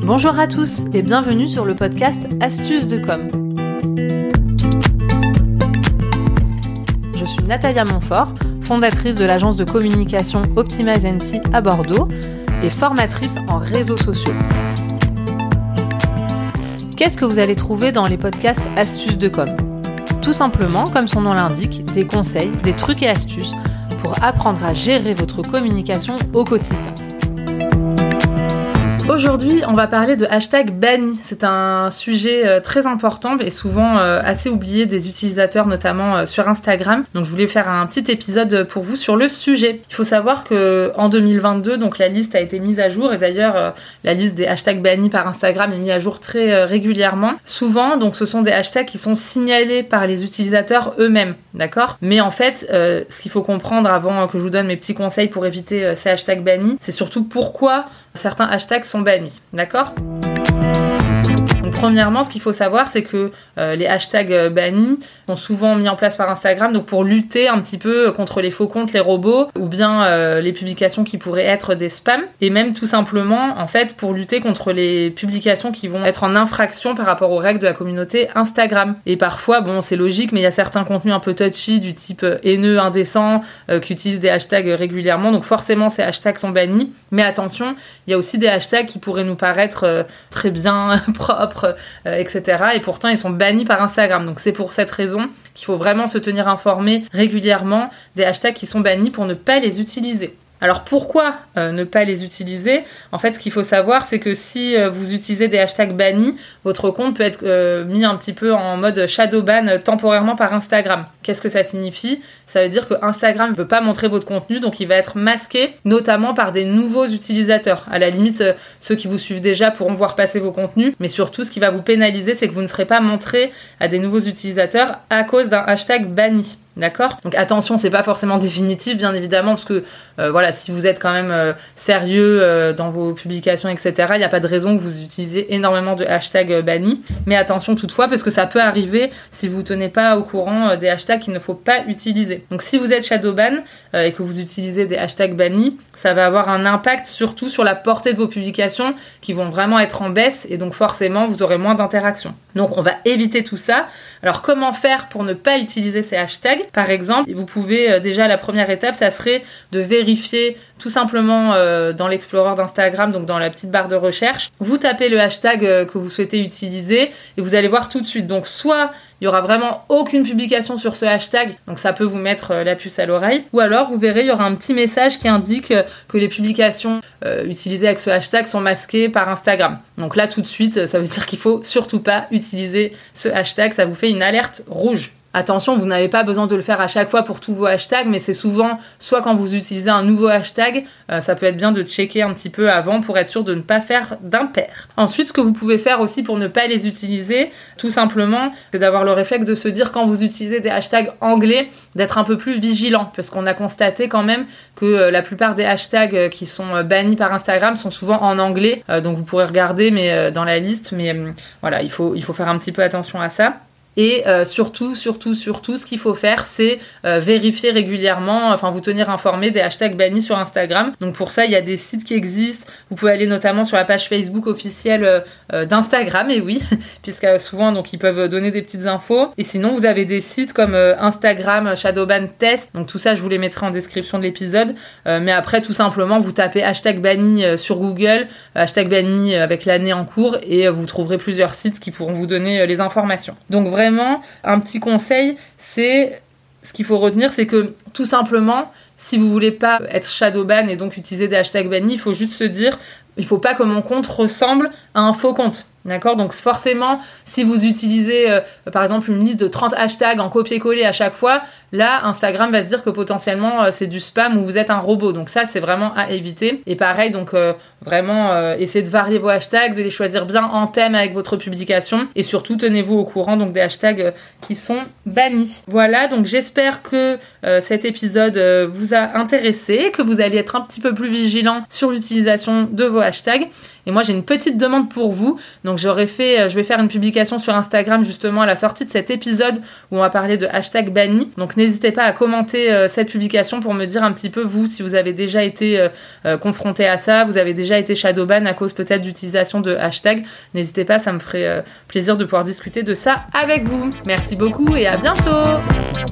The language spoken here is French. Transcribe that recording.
Bonjour à tous et bienvenue sur le podcast Astuces de com. Je suis Natalia Montfort, fondatrice de l'agence de communication Optimize NC à Bordeaux et formatrice en réseaux sociaux. Qu'est-ce que vous allez trouver dans les podcasts Astuces de com ? Tout simplement, comme son nom l'indique, des conseils, des trucs et astuces pour apprendre à gérer votre communication au quotidien. Aujourd'hui, on va parler de hashtag banni. C'est un sujet très important et souvent assez oublié des utilisateurs, notamment sur Instagram. Donc je voulais faire un petit épisode pour vous sur le sujet. Il faut savoir qu'en 2022, donc la liste a été mise à jour et d'ailleurs la liste des hashtags bannis par Instagram est mise à jour très régulièrement. Souvent, donc ce sont des hashtags qui sont signalés par les utilisateurs eux-mêmes, d'accord ? Mais en fait, ce qu'il faut comprendre avant que je vous donne mes petits conseils pour éviter ces hashtags bannis, c'est surtout pourquoi certains hashtags sont bannis, d'accord ? Donc, premièrement, ce qu'il faut savoir, c'est que les hashtags bannis sont souvent mis en place par Instagram donc pour lutter un petit peu contre les faux comptes, les robots, ou bien les publications qui pourraient être des spams, et même tout simplement, en fait, pour lutter contre les publications qui vont être en infraction par rapport aux règles de la communauté Instagram. Et parfois, bon, c'est logique, mais il y a certains contenus un peu touchy, du type haineux, indécent, qui utilisent des hashtags régulièrement, donc forcément, ces hashtags sont bannis. Mais attention, il y a aussi des hashtags qui pourraient nous paraître très bien, propres, etc. Et pourtant, ils sont bannis par Instagram. Donc, c'est pour cette raison qu'il faut vraiment se tenir informé régulièrement des hashtags qui sont bannis pour ne pas les utiliser. Alors pourquoi ne pas les utiliser ? En fait, ce qu'il faut savoir, c'est que si vous utilisez des hashtags bannis, votre compte peut être mis un petit peu en mode shadow ban temporairement par Instagram. Qu'est-ce que ça signifie ? Ça veut dire que Instagram ne veut pas montrer votre contenu, donc il va être masqué, notamment par des nouveaux utilisateurs. À la limite, ceux qui vous suivent déjà pourront voir passer vos contenus, mais surtout, ce qui va vous pénaliser, c'est que vous ne serez pas montré à des nouveaux utilisateurs à cause d'un hashtag banni. D'accord ? Donc attention, c'est pas forcément définitif, bien évidemment, parce que voilà, si vous êtes quand même sérieux dans vos publications, etc., il n'y a pas de raison que vous utilisez énormément de hashtags bannis. Mais attention toutefois, parce que ça peut arriver si vous ne tenez pas au courant des hashtags qu'il ne faut pas utiliser. Donc si vous êtes shadowban et que vous utilisez des hashtags bannis, ça va avoir un impact surtout sur la portée de vos publications qui vont vraiment être en baisse et donc forcément vous aurez moins d'interactions. Donc on va éviter tout ça. Alors comment faire pour ne pas utiliser ces hashtags ? Par exemple, vous pouvez déjà, la première étape, ça serait de vérifier tout simplement dans l'Explorer d'Instagram, donc dans la petite barre de recherche, vous tapez le hashtag que vous souhaitez utiliser et vous allez voir tout de suite. Donc soit il y aura vraiment aucune publication sur ce hashtag, donc ça peut vous mettre la puce à l'oreille, ou alors vous verrez, il y aura un petit message qui indique que les publications utilisées avec ce hashtag sont masquées par Instagram. Donc là tout de suite, ça veut dire qu'il faut surtout pas utiliser ce hashtag, ça vous fait une alerte rouge. Attention, vous n'avez pas besoin de le faire à chaque fois pour tous vos hashtags, mais c'est souvent, soit quand vous utilisez un nouveau hashtag, ça peut être bien de checker un petit peu avant pour être sûr de ne pas faire d'impair. Ensuite, ce que vous pouvez faire aussi pour ne pas les utiliser, tout simplement, c'est d'avoir le réflexe de se dire quand vous utilisez des hashtags anglais, d'être un peu plus vigilant, parce qu'on a constaté quand même que la plupart des hashtags qui sont bannis par Instagram sont souvent en anglais, donc vous pourrez regarder mais dans la liste, mais voilà, il faut faire un petit peu attention à ça. Et surtout, ce qu'il faut faire, c'est vérifier régulièrement, enfin vous tenir informé des hashtags bannis sur Instagram. Donc pour ça, il y a des sites qui existent. Vous pouvez aller notamment sur la page Facebook officielle d'Instagram, et oui, puisque souvent donc ils peuvent donner des petites infos. Et sinon, vous avez des sites comme Instagram Shadowban Test. Donc tout ça, je vous les mettrai en description de l'épisode. Mais après, tout simplement, vous tapez hashtag banni sur Google, hashtag banni avec l'année en cours, et vous trouverez plusieurs sites qui pourront vous donner les informations. Donc vraiment, un petit conseil, c'est ce qu'il faut retenir, c'est que tout simplement, si vous voulez pas être shadowban et donc utiliser des hashtags bannis, il faut juste se dire, il faut pas que mon compte ressemble à un faux compte. D'accord ? Donc forcément, si vous utilisez par exemple une liste de 30 hashtags en copier-coller à chaque fois, là, Instagram va se dire que potentiellement c'est du spam ou vous êtes un robot. Donc ça, c'est vraiment à éviter. Et pareil, donc vraiment, essayez de varier vos hashtags, de les choisir bien en thème avec votre publication. Et surtout, tenez-vous au courant donc des hashtags qui sont bannis. Voilà, donc j'espère que cet épisode vous a intéressé, que vous allez être un petit peu plus vigilant sur l'utilisation de vos hashtag. Et moi, j'ai une petite demande pour vous. Donc, je vais faire une publication sur Instagram justement à la sortie de cet épisode où on va parler de hashtag banni. Donc, n'hésitez pas à commenter cette publication pour me dire un petit peu, vous, si vous avez déjà été confronté à ça, vous avez déjà été shadowban à cause peut-être d'utilisation de hashtag. N'hésitez pas, ça me ferait plaisir de pouvoir discuter de ça avec vous. Merci beaucoup et à bientôt!